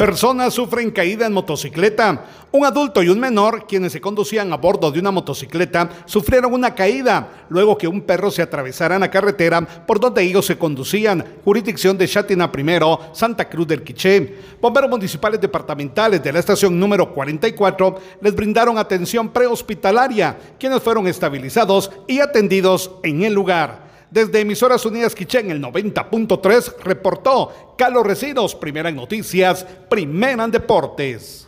Personas sufren caída en motocicleta. Un adulto y un menor, quienes se conducían a bordo de una motocicleta, sufrieron una caída luego que un perro se atravesara en la carretera por donde ellos se conducían, jurisdicción de Chátina I, Santa Cruz del Quiché. Bomberos municipales departamentales de la estación número 44 les brindaron atención prehospitalaria, quienes fueron estabilizados y atendidos en el lugar. Desde Emisoras Unidas Quiché en el 90.3 reportó Carlos Resinos, primera en noticias, primera en deportes.